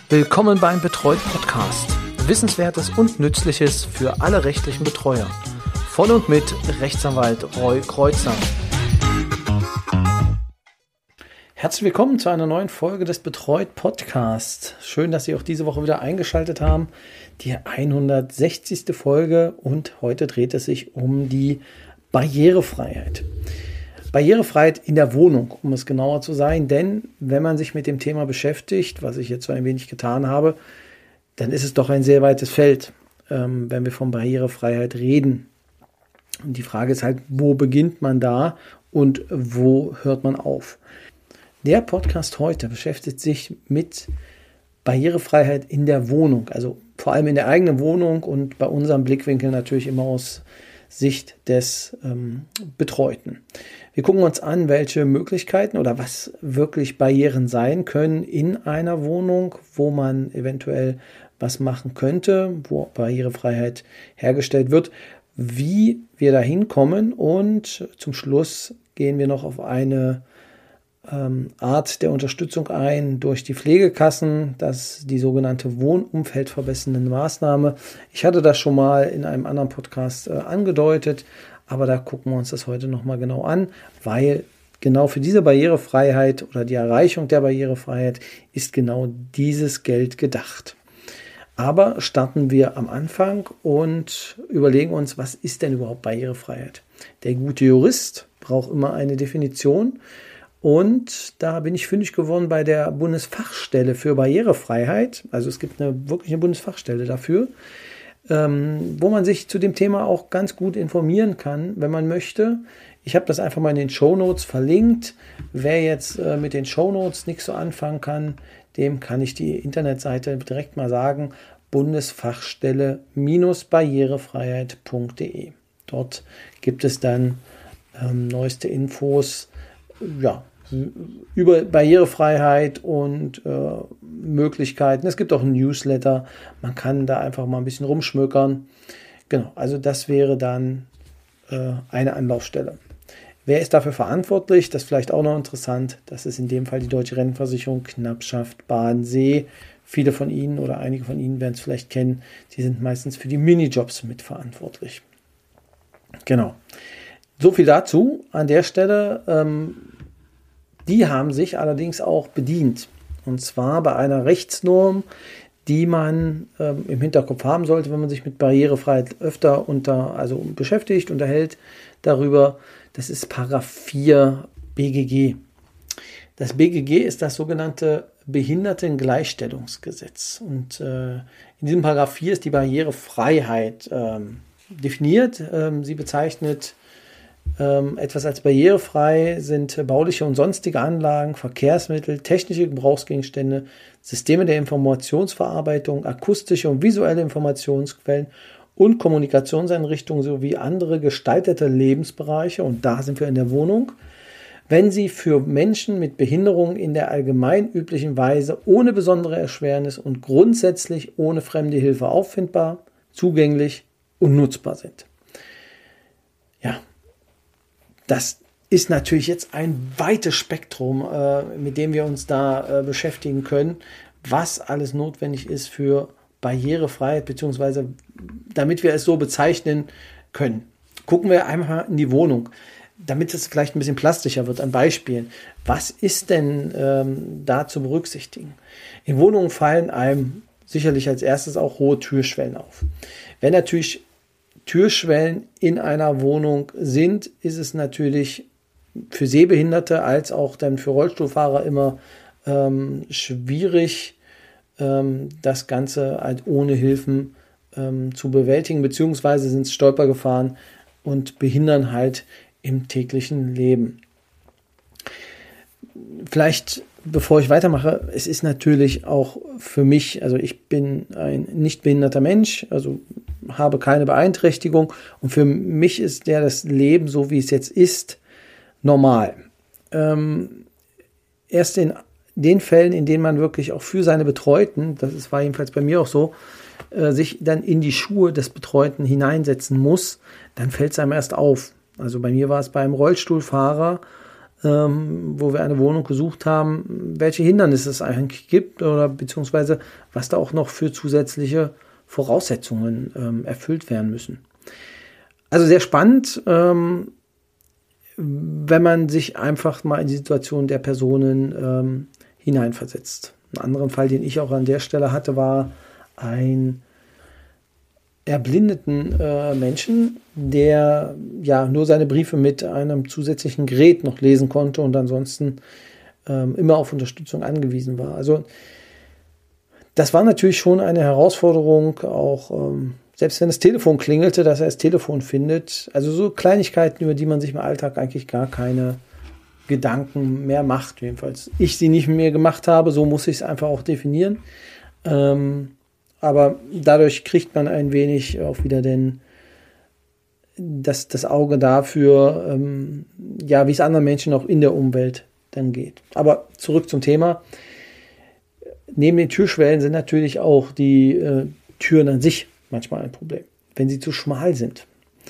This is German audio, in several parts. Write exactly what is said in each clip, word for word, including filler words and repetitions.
Willkommen beim Betreut Podcast. Wissenswertes und Nützliches für alle rechtlichen Betreuer. Von und mit Rechtsanwalt Roy Kreuzer. Herzlich willkommen zu einer neuen Folge des Betreut Podcast. Schön, dass Sie auch diese Woche wieder eingeschaltet haben. Die hundertsechzigste Folge und heute dreht es sich um die Barrierefreiheit. Barrierefreiheit in der Wohnung, um es genauer zu sein, denn wenn man sich mit dem Thema beschäftigt, was ich jetzt so ein wenig getan habe, dann ist es doch ein sehr weites Feld, ähm, wenn wir von Barrierefreiheit reden. Und die Frage ist halt, wo beginnt man da und wo hört man auf? Der Podcast heute beschäftigt sich mit Barrierefreiheit in der Wohnung, also vor allem in der eigenen Wohnung und bei unserem Blickwinkel natürlich immer aus Sicht des ähm, Betreuten. Wir gucken uns an, welche Möglichkeiten oder was wirklich Barrieren sein können in einer Wohnung, wo man eventuell was machen könnte, wo Barrierefreiheit hergestellt wird, wie wir da hinkommen und zum Schluss gehen wir noch auf eine ähm, Art der Unterstützung ein durch die Pflegekassen, das ist die sogenannte wohnumfeldverbessernde Maßnahme. Ich hatte das schon mal in einem anderen Podcast äh, angedeutet, aber da gucken wir uns das heute nochmal genau an, weil genau für diese Barrierefreiheit oder die Erreichung der Barrierefreiheit ist genau dieses Geld gedacht. Aber starten wir am Anfang und überlegen uns, was ist denn überhaupt Barrierefreiheit? Der gute Jurist braucht immer eine Definition und da bin ich fündig geworden bei der Bundesfachstelle für Barrierefreiheit. Also es gibt eine wirkliche Bundesfachstelle dafür, ähm, wo man sich zu dem Thema auch ganz gut informieren kann, wenn man möchte. Ich habe das einfach mal in den Shownotes verlinkt. Wer jetzt äh, mit den Shownotes nichts so anfangen kann, dem kann ich die Internetseite direkt mal sagen, bundesfachstelle barrierefreiheit punkt de. Dort gibt es dann ähm, neueste Infos ja, über Barrierefreiheit und äh, Möglichkeiten. Es gibt auch ein Newsletter, man kann da einfach mal ein bisschen rumschmökern. Genau, also das wäre dann äh, eine Anlaufstelle. Wer ist dafür verantwortlich? Das ist vielleicht auch noch interessant. Das ist in dem Fall die Deutsche Rentenversicherung, Knappschaft, Badensee. Viele von Ihnen oder einige von Ihnen werden es vielleicht kennen. Die sind meistens für die Minijobs mitverantwortlich. Genau. So viel dazu. An der Stelle, ähm, die haben sich allerdings auch bedient. Und zwar bei einer Rechtsnorm, die man ähm, im Hinterkopf haben sollte, wenn man sich mit Barrierefreiheit öfter unter, also beschäftigt, unterhält darüber. Das ist Paragraph vier B G G. Das B G G ist das sogenannte Behindertengleichstellungsgesetz. Und äh, in diesem Paragraph vier ist die Barrierefreiheit ähm, definiert. Ähm, sie bezeichnet ähm, etwas als barrierefrei sind bauliche und sonstige Anlagen, Verkehrsmittel, technische Gebrauchsgegenstände, Systeme der Informationsverarbeitung, akustische und visuelle Informationsquellen und Kommunikationseinrichtungen sowie andere gestaltete Lebensbereiche, und da sind wir in der Wohnung, wenn sie für Menschen mit Behinderung in der allgemein üblichen Weise ohne besondere Erschwernis und grundsätzlich ohne fremde Hilfe auffindbar, zugänglich und nutzbar sind. Ja, das ist natürlich jetzt ein weites Spektrum, äh, mit dem wir uns da äh, beschäftigen können, was alles notwendig ist für Barrierefreiheit, beziehungsweise damit wir es so bezeichnen können. Gucken wir einmal in die Wohnung, damit es vielleicht ein bisschen plastischer wird an Beispielen. Was ist denn ähm, da zu berücksichtigen? In Wohnungen fallen einem sicherlich als erstes auch hohe Türschwellen auf. Wenn natürlich Türschwellen in einer Wohnung sind, ist es natürlich für Sehbehinderte als auch dann für Rollstuhlfahrer immer ähm, schwierig, ähm, das Ganze halt ohne Hilfen ähm, zu bewältigen, beziehungsweise sind es Stolpergefahren und behindern halt im täglichen Leben. Vielleicht, bevor ich weitermache, es ist natürlich auch für mich, also ich bin ein nicht behinderter Mensch, also habe keine Beeinträchtigung und für mich ist ja das Leben, so wie es jetzt ist, normal. Ähm, erst in den Fällen, in denen man wirklich auch für seine Betreuten, das ist, war jedenfalls bei mir auch so, äh, sich dann in die Schuhe des Betreuten hineinsetzen muss, dann fällt es einem erst auf. Also bei mir war es beim Rollstuhlfahrer ähm, wo wir eine Wohnung gesucht haben, welche Hindernisse es eigentlich gibt oder beziehungsweise was da auch noch für zusätzliche Voraussetzungen ähm, erfüllt werden müssen. Also sehr spannend, ähm, wenn man sich einfach mal in die Situation der Personen ähm, hineinversetzt. Einen anderen Fall, den ich auch an der Stelle hatte, war ein erblindeten äh, Menschen, der ja nur seine Briefe mit einem zusätzlichen Gerät noch lesen konnte und ansonsten ähm, immer auf Unterstützung angewiesen war. Also das war natürlich schon eine Herausforderung, auch ähm, selbst wenn das Telefon klingelte, dass er das Telefon findet. Also so Kleinigkeiten, über die man sich im Alltag eigentlich gar keine Gedanken mehr macht. Jedenfalls ich sie nicht mehr gemacht habe, so muss ich es einfach auch definieren. Ähm, Aber dadurch kriegt man ein wenig auch wieder den, das, das Auge dafür, ähm, ja, wie es anderen Menschen auch in der Umwelt dann geht. Aber zurück zum Thema. Neben den Türschwellen sind natürlich auch die äh, Türen an sich manchmal ein Problem, wenn sie zu schmal sind.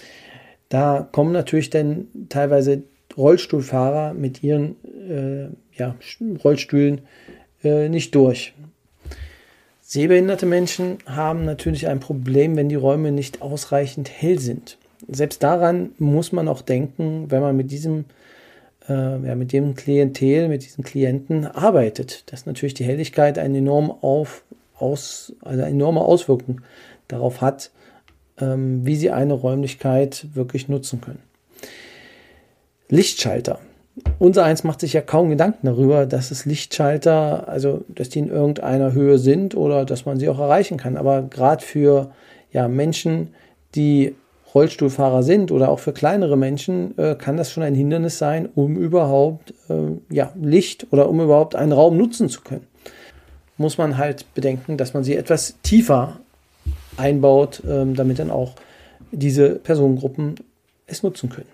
Da kommen natürlich dann teilweise Rollstuhlfahrer mit ihren äh, ja, Rollstühlen äh, nicht durch. Sehbehinderte Menschen haben natürlich ein Problem, wenn die Räume nicht ausreichend hell sind. Selbst daran muss man auch denken, wenn man mit diesem, äh, ja, mit dem Klientel, mit diesen Klienten arbeitet, dass natürlich die Helligkeit eine enorme, auf, aus, also eine enorme Auswirkung darauf hat, ähm, wie sie eine Räumlichkeit wirklich nutzen können. Lichtschalter. Unser eins macht sich ja kaum Gedanken darüber, dass es Lichtschalter, also dass die in irgendeiner Höhe sind oder dass man sie auch erreichen kann. Aber gerade für ja, Menschen, die Rollstuhlfahrer sind oder auch für kleinere Menschen, äh, kann das schon ein Hindernis sein, um überhaupt äh, ja, Licht oder um überhaupt einen Raum nutzen zu können. Muss man halt bedenken, dass man sie etwas tiefer einbaut, äh, damit dann auch diese Personengruppen es nutzen können.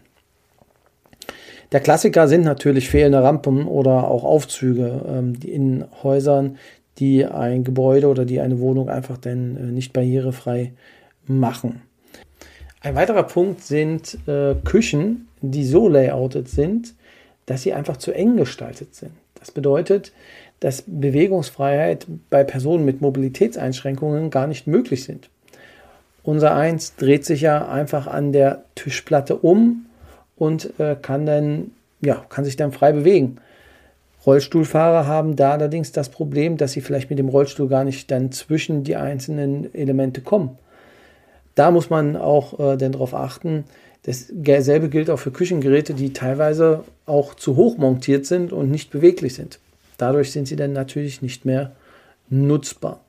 Der Klassiker sind natürlich fehlende Rampen oder auch Aufzüge ähm, die in Häusern, die ein Gebäude oder die eine Wohnung einfach dann äh, nicht barrierefrei machen. Ein weiterer Punkt sind äh, Küchen, die so layoutet sind, dass sie einfach zu eng gestaltet sind. Das bedeutet, dass Bewegungsfreiheit bei Personen mit Mobilitätseinschränkungen gar nicht möglich sind. Unser eins dreht sich ja einfach an der Tischplatte um und äh, kann dann, ja, kann sich dann frei bewegen. Rollstuhlfahrer haben da allerdings das Problem, dass sie vielleicht mit dem Rollstuhl gar nicht dann zwischen die einzelnen Elemente kommen. Da muss man auch äh, dann darauf achten. Dasselbe gilt auch für Küchengeräte, die teilweise auch zu hoch montiert sind und nicht beweglich sind. Dadurch sind sie dann natürlich nicht mehr nutzbar.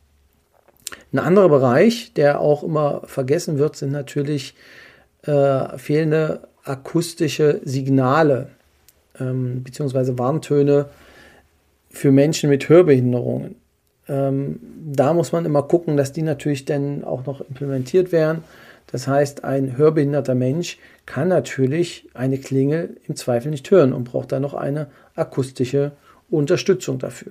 Ein anderer Bereich, der auch immer vergessen wird, sind natürlich äh, fehlende akustische Signale ähm, bzw. Warntöne für Menschen mit Hörbehinderungen. Ähm, da muss man immer gucken, dass die natürlich dann auch noch implementiert werden. Das heißt, ein hörbehinderter Mensch kann natürlich eine Klingel im Zweifel nicht hören und braucht dann noch eine akustische Unterstützung dafür.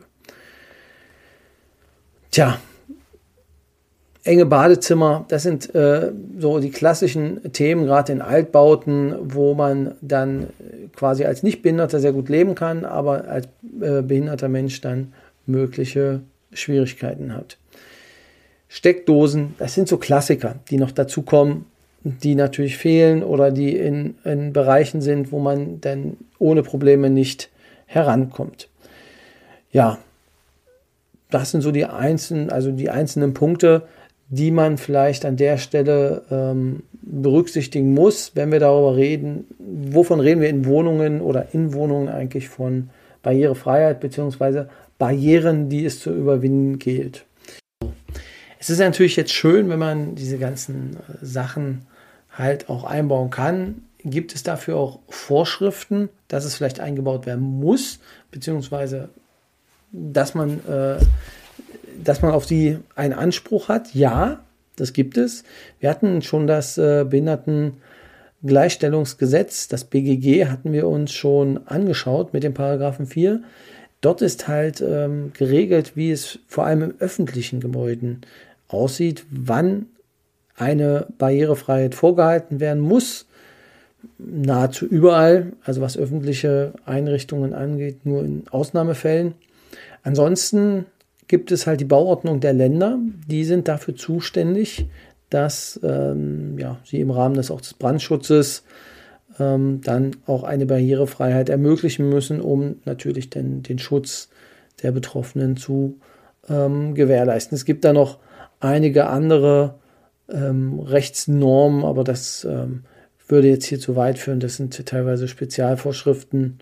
Tja, enge Badezimmer, das sind äh, so die klassischen Themen, gerade in Altbauten, wo man dann quasi als Nichtbehinderter sehr gut leben kann, aber als äh, behinderter Mensch dann mögliche Schwierigkeiten hat. Steckdosen, das sind so Klassiker, die noch dazu kommen, die natürlich fehlen oder die in, in Bereichen sind, wo man dann ohne Probleme nicht herankommt. Ja, das sind so die einzelnen, also die einzelnen Punkte, die man vielleicht an der Stelle ähm, berücksichtigen muss, wenn wir darüber reden. Wovon reden wir in Wohnungen oder in Wohnungen eigentlich von Barrierefreiheit bzw. Barrieren, die es zu überwinden gilt. Es ist natürlich jetzt schön, wenn man diese ganzen Sachen halt auch einbauen kann. Gibt es dafür auch Vorschriften, dass es vielleicht eingebaut werden muss, beziehungsweise dass man, äh, dass man auf die einen Anspruch hat? Ja, das gibt es. Wir hatten schon das äh, Behindertengleichstellungsgesetz, das B G G, hatten wir uns schon angeschaut mit dem Paragraphen vier. Dort ist halt ähm, geregelt, wie es vor allem in öffentlichen Gebäuden aussieht, wann eine Barrierefreiheit vorgehalten werden muss. nahezu überall, also was öffentliche Einrichtungen angeht, nur in Ausnahmefällen. Ansonsten gibt es halt die Bauordnung der Länder, die sind dafür zuständig, dass ähm, ja, sie im Rahmen des, auch des Brandschutzes ähm, dann auch eine Barrierefreiheit ermöglichen müssen, um natürlich den, den Schutz der Betroffenen zu ähm, gewährleisten. Es gibt da noch einige andere ähm, Rechtsnormen, aber das ähm, würde jetzt hier zu weit führen. Das sind teilweise Spezialvorschriften,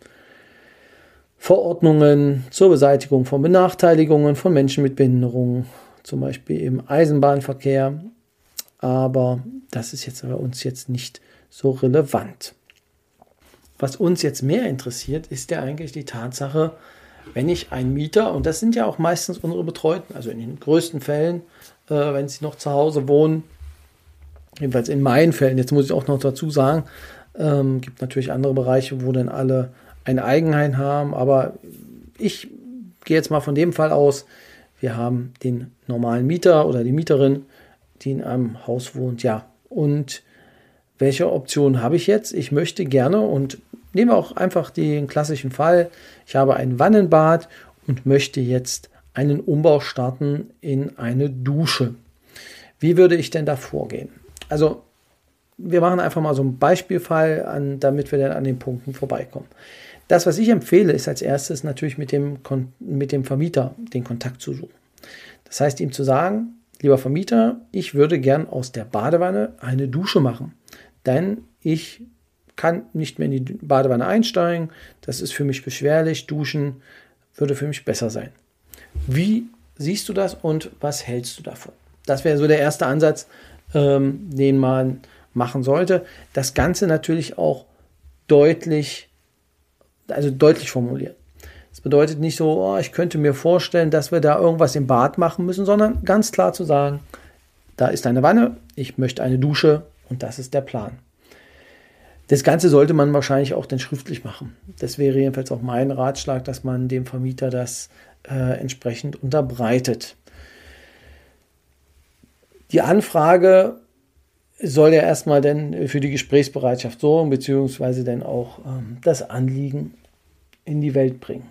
Verordnungen zur Beseitigung von Benachteiligungen von Menschen mit Behinderungen, zum Beispiel im Eisenbahnverkehr. Aber das ist jetzt bei uns jetzt nicht so relevant. Was uns jetzt mehr interessiert, ist ja eigentlich die Tatsache, wenn ich einen Mieter, und das sind ja auch meistens unsere Betreuten, also in den größten Fällen, äh, wenn sie noch zu Hause wohnen, jedenfalls in meinen Fällen, jetzt muss ich auch noch dazu sagen, ähm, gibt natürlich andere Bereiche, wo dann alle ein Eigenheim haben, aber ich gehe jetzt mal von dem Fall aus, wir haben den normalen Mieter oder die Mieterin, die in einem Haus wohnt, ja. Und welche Option habe ich jetzt? Ich möchte gerne, und nehmen wir auch einfach den klassischen Fall, ich habe ein Wannenbad und möchte jetzt einen Umbau starten in eine Dusche. Wie würde ich denn da vorgehen? Also wir machen einfach mal so einen Beispielfall an, damit wir dann an den Punkten vorbeikommen. Das, was ich empfehle, ist als erstes natürlich mit dem, mit dem Vermieter den Kontakt zu suchen. Das heißt, ihm zu sagen, lieber Vermieter, ich würde gern aus der Badewanne eine Dusche machen, denn ich kann nicht mehr in die Badewanne einsteigen, das ist für mich beschwerlich, duschen würde für mich besser sein. Wie siehst du das und was hältst du davon? Das wäre so der erste Ansatz, ähm, den man machen sollte. Das Ganze natürlich auch deutlich also deutlich formulieren. Das bedeutet nicht so, oh, ich könnte mir vorstellen, dass wir da irgendwas im Bad machen müssen, sondern ganz klar zu sagen, da ist eine Wanne, ich möchte eine Dusche und das ist der Plan. Das Ganze sollte man wahrscheinlich auch dann schriftlich machen. Das wäre jedenfalls auch mein Ratschlag, dass man dem Vermieter das äh, entsprechend unterbreitet. Die Anfrage soll ja erstmal dann für die Gesprächsbereitschaft sorgen, beziehungsweise dann auch ähm, das Anliegen in die Welt bringen.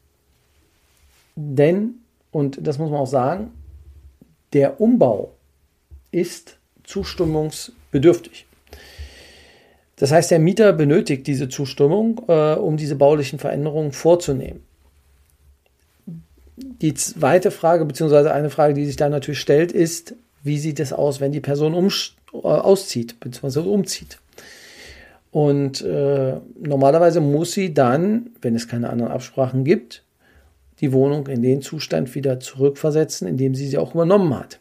Denn, und das muss man auch sagen, der Umbau ist zustimmungsbedürftig. Das heißt, der Mieter benötigt diese Zustimmung, äh, um diese baulichen Veränderungen vorzunehmen. Die zweite Frage, beziehungsweise eine Frage, die sich da natürlich stellt, ist, wie sieht es aus, wenn die Person umst- auszieht, beziehungsweise umzieht. Und äh, normalerweise muss sie dann, wenn es keine anderen Absprachen gibt, die Wohnung in den Zustand wieder zurückversetzen, in dem sie sie auch übernommen hat.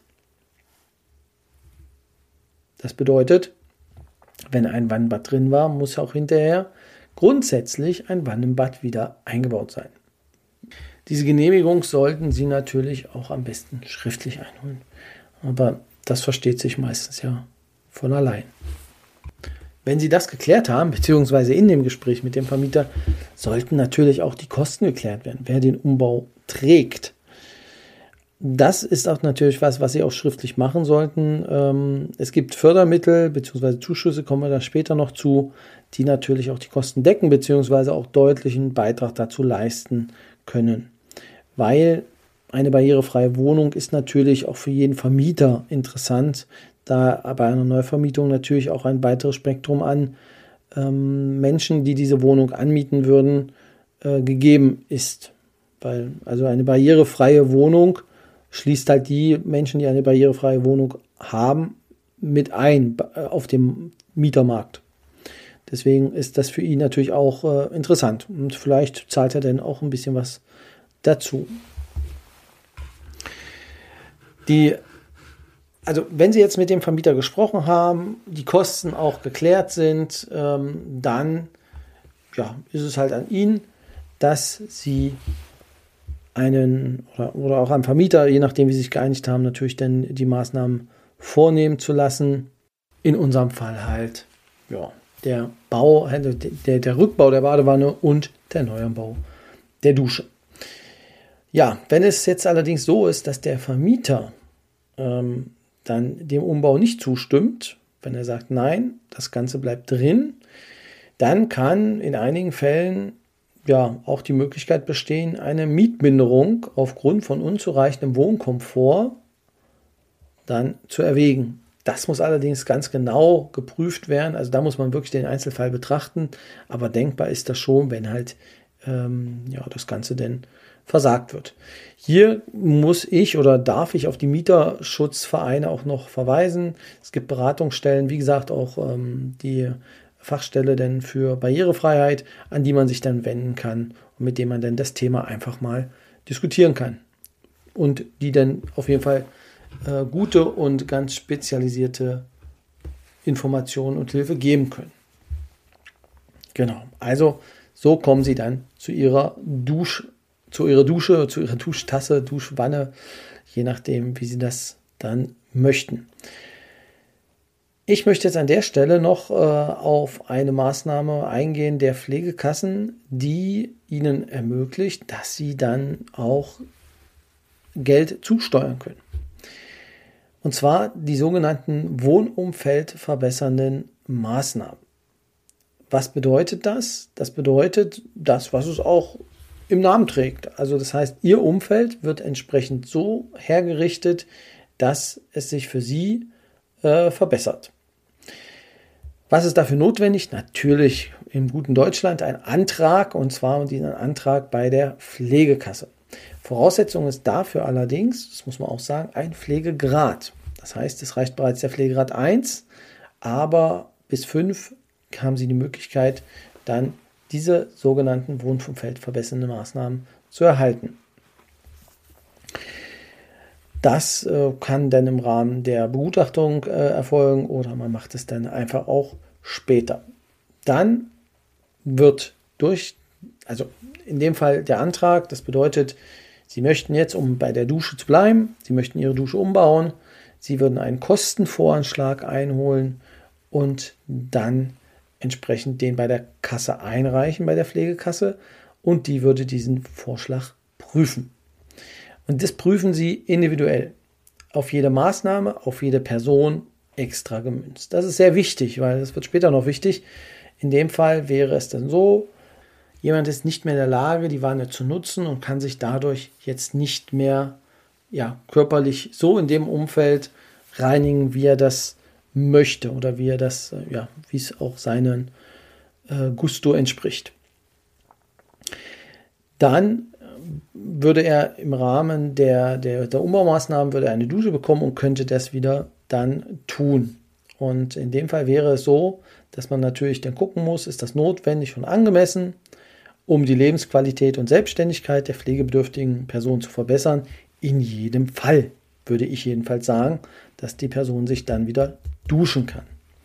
Das bedeutet, wenn ein Wannenbad drin war, muss auch hinterher grundsätzlich ein Wannenbad wieder eingebaut sein. Diese Genehmigung sollten Sie natürlich auch am besten schriftlich einholen. Aber das versteht sich meistens ja von allein. Wenn Sie das geklärt haben, beziehungsweise in dem Gespräch mit dem Vermieter, sollten natürlich auch die Kosten geklärt werden, wer den Umbau trägt. Das ist auch natürlich was, was Sie auch schriftlich machen sollten. Es gibt Fördermittel bzw. Zuschüsse, kommen wir da später noch zu, die natürlich auch die Kosten decken bzw. auch deutlichen Beitrag dazu leisten können. Weil eine barrierefreie Wohnung ist natürlich auch für jeden Vermieter interessant, da bei einer Neuvermietung natürlich auch ein weiteres Spektrum an ähm, Menschen, die diese Wohnung anmieten würden, äh, gegeben ist. Weil also eine barrierefreie Wohnung schließt halt die Menschen, die eine barrierefreie Wohnung haben, mit ein auf dem Mietermarkt. Deswegen ist das für ihn natürlich auch äh, interessant. Und vielleicht zahlt er dann auch ein bisschen was dazu. Die, also wenn Sie jetzt mit dem Vermieter gesprochen haben, die Kosten auch geklärt sind, ähm, dann ja, ist es halt an Ihnen, dass Sie einen oder, oder auch am Vermieter, je nachdem wie Sie sich geeinigt haben, natürlich dann die Maßnahmen vornehmen zu lassen. In unserem Fall halt ja, der Bau, der, der Rückbau der Badewanne und der Neuanbau der Dusche. Ja, wenn es jetzt allerdings so ist, dass der Vermieter ähm, dann dem Umbau nicht zustimmt, wenn er sagt, nein, das Ganze bleibt drin, dann kann in einigen Fällen ja auch die Möglichkeit bestehen, eine Mietminderung aufgrund von unzureichendem Wohnkomfort dann zu erwägen. Das muss allerdings ganz genau geprüft werden, also da muss man wirklich den Einzelfall betrachten, aber denkbar ist das schon, wenn halt ähm, ja, das Ganze denn versagt wird. Hier muss ich oder darf ich auf die Mieterschutzvereine auch noch verweisen. Es gibt Beratungsstellen, wie gesagt auch ähm, die Fachstelle denn für Barrierefreiheit, an die man sich dann wenden kann und mit dem man dann das Thema einfach mal diskutieren kann. Und die dann auf jeden Fall äh, gute und ganz spezialisierte Informationen und Hilfe geben können. Genau, also so kommen Sie dann zu Ihrer Dusch, zu Ihrer Dusche, zu Ihrer Duschtasse, Duschwanne, je nachdem, wie Sie das dann möchten. Ich möchte jetzt an der Stelle noch äh, auf eine Maßnahme eingehen der Pflegekassen, die Ihnen ermöglicht, dass Sie dann auch Geld zusteuern können. Und zwar die sogenannten wohnumfeldverbessernden Maßnahmen. Was bedeutet das? Das bedeutet das, was es auch im Namen trägt. Also das heißt, Ihr Umfeld wird entsprechend so hergerichtet, dass es sich für Sie äh, verbessert. Was ist dafür notwendig? Natürlich im guten Deutschland ein Antrag, und zwar diesen Antrag bei der Pflegekasse. Voraussetzung ist dafür allerdings, das muss man auch sagen, ein Pflegegrad. Das heißt, es reicht bereits der Pflegegrad eins, aber bis fünf haben Sie die Möglichkeit, dann diese sogenannten Wohnumfeld verbessernde Maßnahmen zu erhalten. Das äh, kann dann im Rahmen der Begutachtung äh, erfolgen oder man macht es dann einfach auch später. Dann wird durch, also in dem Fall der Antrag, das bedeutet, Sie möchten jetzt, um bei der Dusche zu bleiben, Sie möchten Ihre Dusche umbauen, Sie würden einen Kostenvoranschlag einholen und dann entsprechend den bei der Kasse einreichen, bei der Pflegekasse, und die würde diesen Vorschlag prüfen. Und das prüfen Sie individuell, auf jede Maßnahme, auf jede Person extra gemünzt. Das ist sehr wichtig, weil das wird später noch wichtig. In dem Fall wäre es dann so, jemand ist nicht mehr in der Lage, die Wanne zu nutzen und kann sich dadurch jetzt nicht mehr ja, körperlich so in dem Umfeld reinigen, wie er das möchte oder wie er das, ja, wie es auch seinen äh, Gusto entspricht. Dann würde er im Rahmen der, der, der Umbaumaßnahmen würde er eine Dusche bekommen und könnte das wieder dann tun. Und in dem Fall wäre es so, dass man natürlich dann gucken muss, ist das notwendig und angemessen, um die Lebensqualität und Selbstständigkeit der pflegebedürftigen Person zu verbessern. In jedem Fall würde ich jedenfalls sagen, dass die Person sich dann wieder duschen kann.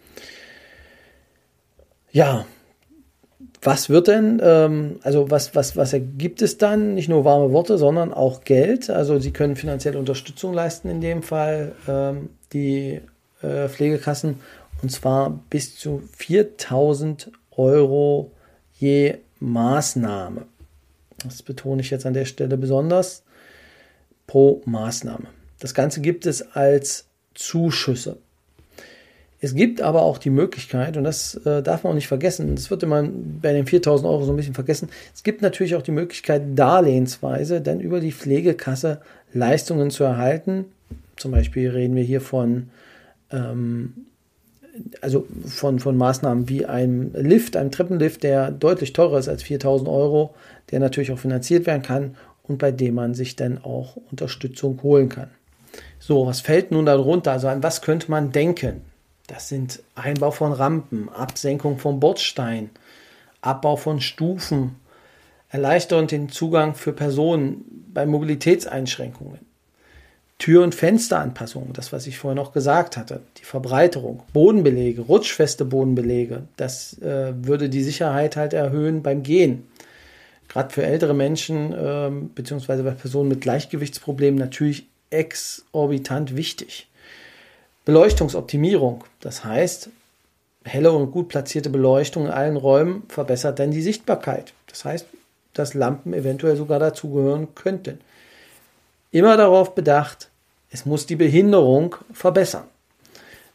Ja, was wird denn, ähm, also was, was, was ergibt es dann? Nicht nur warme Worte, sondern auch Geld. Also Sie können finanzielle Unterstützung leisten in dem Fall, ähm, die äh, Pflegekassen, und zwar bis zu viertausend Euro je Maßnahme. Das betone ich jetzt an der Stelle besonders, pro Maßnahme. Das Ganze gibt es als Zuschüsse. Es gibt aber auch die Möglichkeit, und das äh, darf man auch nicht vergessen, das wird immer bei den viertausend Euro so ein bisschen vergessen, es gibt natürlich auch die Möglichkeit, darlehensweise dann über die Pflegekasse Leistungen zu erhalten. Zum Beispiel reden wir hier von, ähm, also von, von Maßnahmen wie einem Lift, einem Treppenlift, der deutlich teurer ist als viertausend Euro, der natürlich auch finanziert werden kann und bei dem man sich dann auch Unterstützung holen kann. So, was fällt nun darunter? Also an was könnte man denken? Das sind Einbau von Rampen, Absenkung von Bordstein, Abbau von Stufen, erleichtern den Zugang für Personen bei Mobilitätseinschränkungen, Tür- und Fensteranpassungen, das, was ich vorher noch gesagt hatte, die Verbreiterung, Bodenbelege, rutschfeste Bodenbelege, das äh, würde die Sicherheit halt erhöhen beim Gehen. Gerade für ältere Menschen äh, beziehungsweise bei Personen mit Gleichgewichtsproblemen natürlich exorbitant wichtig. Beleuchtungsoptimierung, das heißt, helle und gut platzierte Beleuchtung in allen Räumen verbessert dann die Sichtbarkeit. Das heißt, dass Lampen eventuell sogar dazugehören könnten. Immer darauf bedacht, es muss die Behinderung verbessern.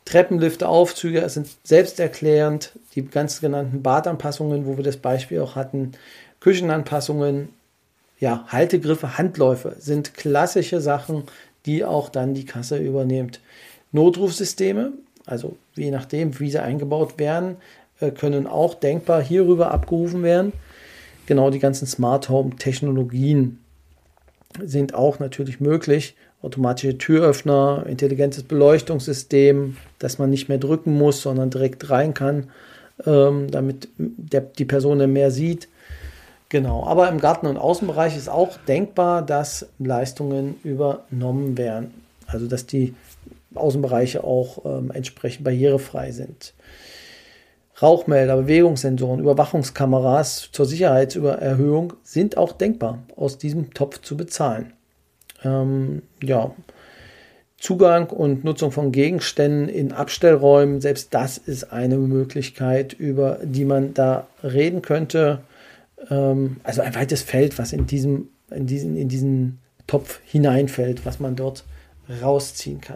Treppenlifte, Aufzüge sind selbsterklärend. Die ganz genannten Badanpassungen, wo wir das Beispiel auch hatten, Küchenanpassungen, ja, Haltegriffe, Handläufe sind klassische Sachen, die auch dann die Kasse übernimmt. Notrufsysteme, also je nachdem, wie sie eingebaut werden, können auch denkbar hierüber abgerufen werden. Genau, die ganzen Smart Home Technologien sind auch natürlich möglich. Automatische Türöffner, intelligentes Beleuchtungssystem, dass man nicht mehr drücken muss, sondern direkt rein kann, ähm, damit der, die Person dann mehr sieht. Genau, aber im Garten- und Außenbereich ist auch denkbar, dass Leistungen übernommen werden. Also dass die Außenbereiche auch ähm, entsprechend barrierefrei sind. Rauchmelder, Bewegungssensoren, Überwachungskameras zur Sicherheitserhöhung sind auch denkbar, aus diesem Topf zu bezahlen. Ähm, ja, Zugang und Nutzung von Gegenständen in Abstellräumen, selbst das ist eine Möglichkeit, über die man da reden könnte. Ähm, also ein weites Feld, was in diesem, in diesen, in diesen Topf hineinfällt, was man dort rausziehen kann.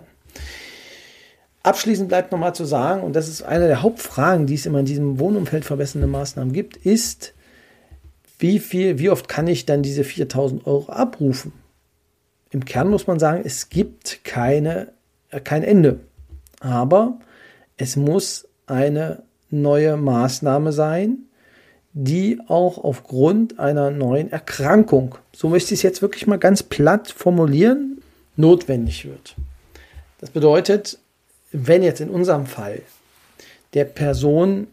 Abschließend bleibt nochmal zu sagen, und das ist eine der Hauptfragen, die es immer in diesem Wohnumfeld verbessernde Maßnahmen gibt, ist, wie viel, wie oft kann ich dann diese viertausend Euro abrufen? Im Kern muss man sagen, es gibt keine, kein Ende. Aber es muss eine neue Maßnahme sein, die auch aufgrund einer neuen Erkrankung, so möchte ich es jetzt wirklich mal ganz platt formulieren, notwendig wird. Das bedeutet, wenn jetzt in unserem Fall der Person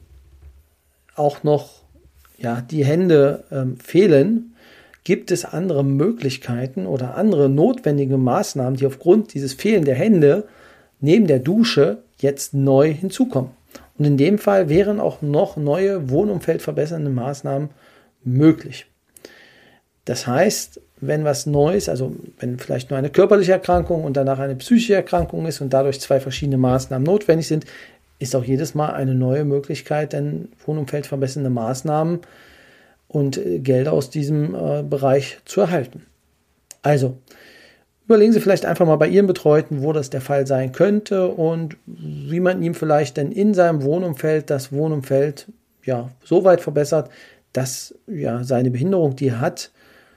auch noch ja, die Hände ähm, fehlen, gibt es andere Möglichkeiten oder andere notwendige Maßnahmen, die aufgrund dieses Fehlen der Hände neben der Dusche jetzt neu hinzukommen. Und in dem Fall wären auch noch neue wohnumfeldverbessernde Maßnahmen möglich. Das heißt, wenn was Neues, also wenn vielleicht nur eine körperliche Erkrankung und danach eine psychische Erkrankung ist und dadurch zwei verschiedene Maßnahmen notwendig sind, ist auch jedes Mal eine neue Möglichkeit, dann wohnumfeldverbessernde Maßnahmen und Gelder aus diesem äh, Bereich zu erhalten. Also, überlegen Sie vielleicht einfach mal bei Ihrem Betreuten, wo das der Fall sein könnte und wie man ihm vielleicht dann in seinem Wohnumfeld das Wohnumfeld ja, so weit verbessert, dass ja, seine Behinderung, die er hat,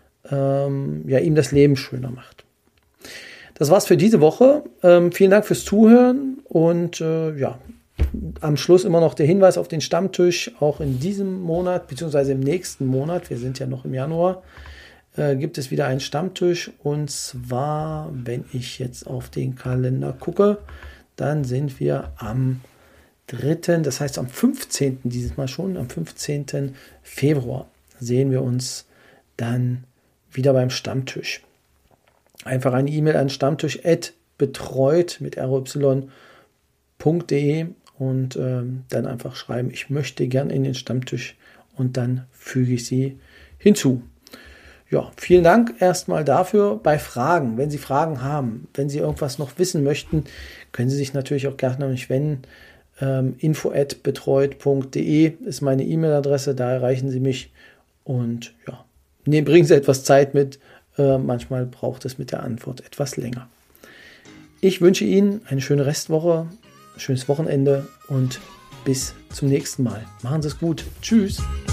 ähm, ja, ihm das Leben schöner macht. Das war's für diese Woche. Ähm, vielen Dank fürs Zuhören und äh, ja, am Schluss immer noch der Hinweis auf den Stammtisch, auch in diesem Monat, beziehungsweise im nächsten Monat, wir sind ja noch im Januar, äh, gibt es wieder einen Stammtisch und zwar, wenn ich jetzt auf den Kalender gucke, dann sind wir am dritten, das heißt am fünfzehnten dieses Mal schon, am fünfzehnten Februar sehen wir uns dann wieder beim Stammtisch. Einfach eine E-Mail an stammtisch at betreut mit r y punkt de und ähm, dann einfach schreiben, ich möchte gern in den Stammtisch und dann füge ich Sie hinzu. Ja, vielen Dank erstmal dafür. Bei Fragen, wenn Sie Fragen haben, wenn Sie irgendwas noch wissen möchten, können Sie sich natürlich auch gerne an mich wenden. Ähm, info at betreut punkt de ist meine E-Mail-Adresse, da erreichen Sie mich und ja, nee, bringen Sie etwas Zeit mit. Äh, manchmal braucht es mit der Antwort etwas länger. Ich wünsche Ihnen eine schöne Restwoche, ein schönes Wochenende und bis zum nächsten Mal. Machen Sie es gut. Tschüss.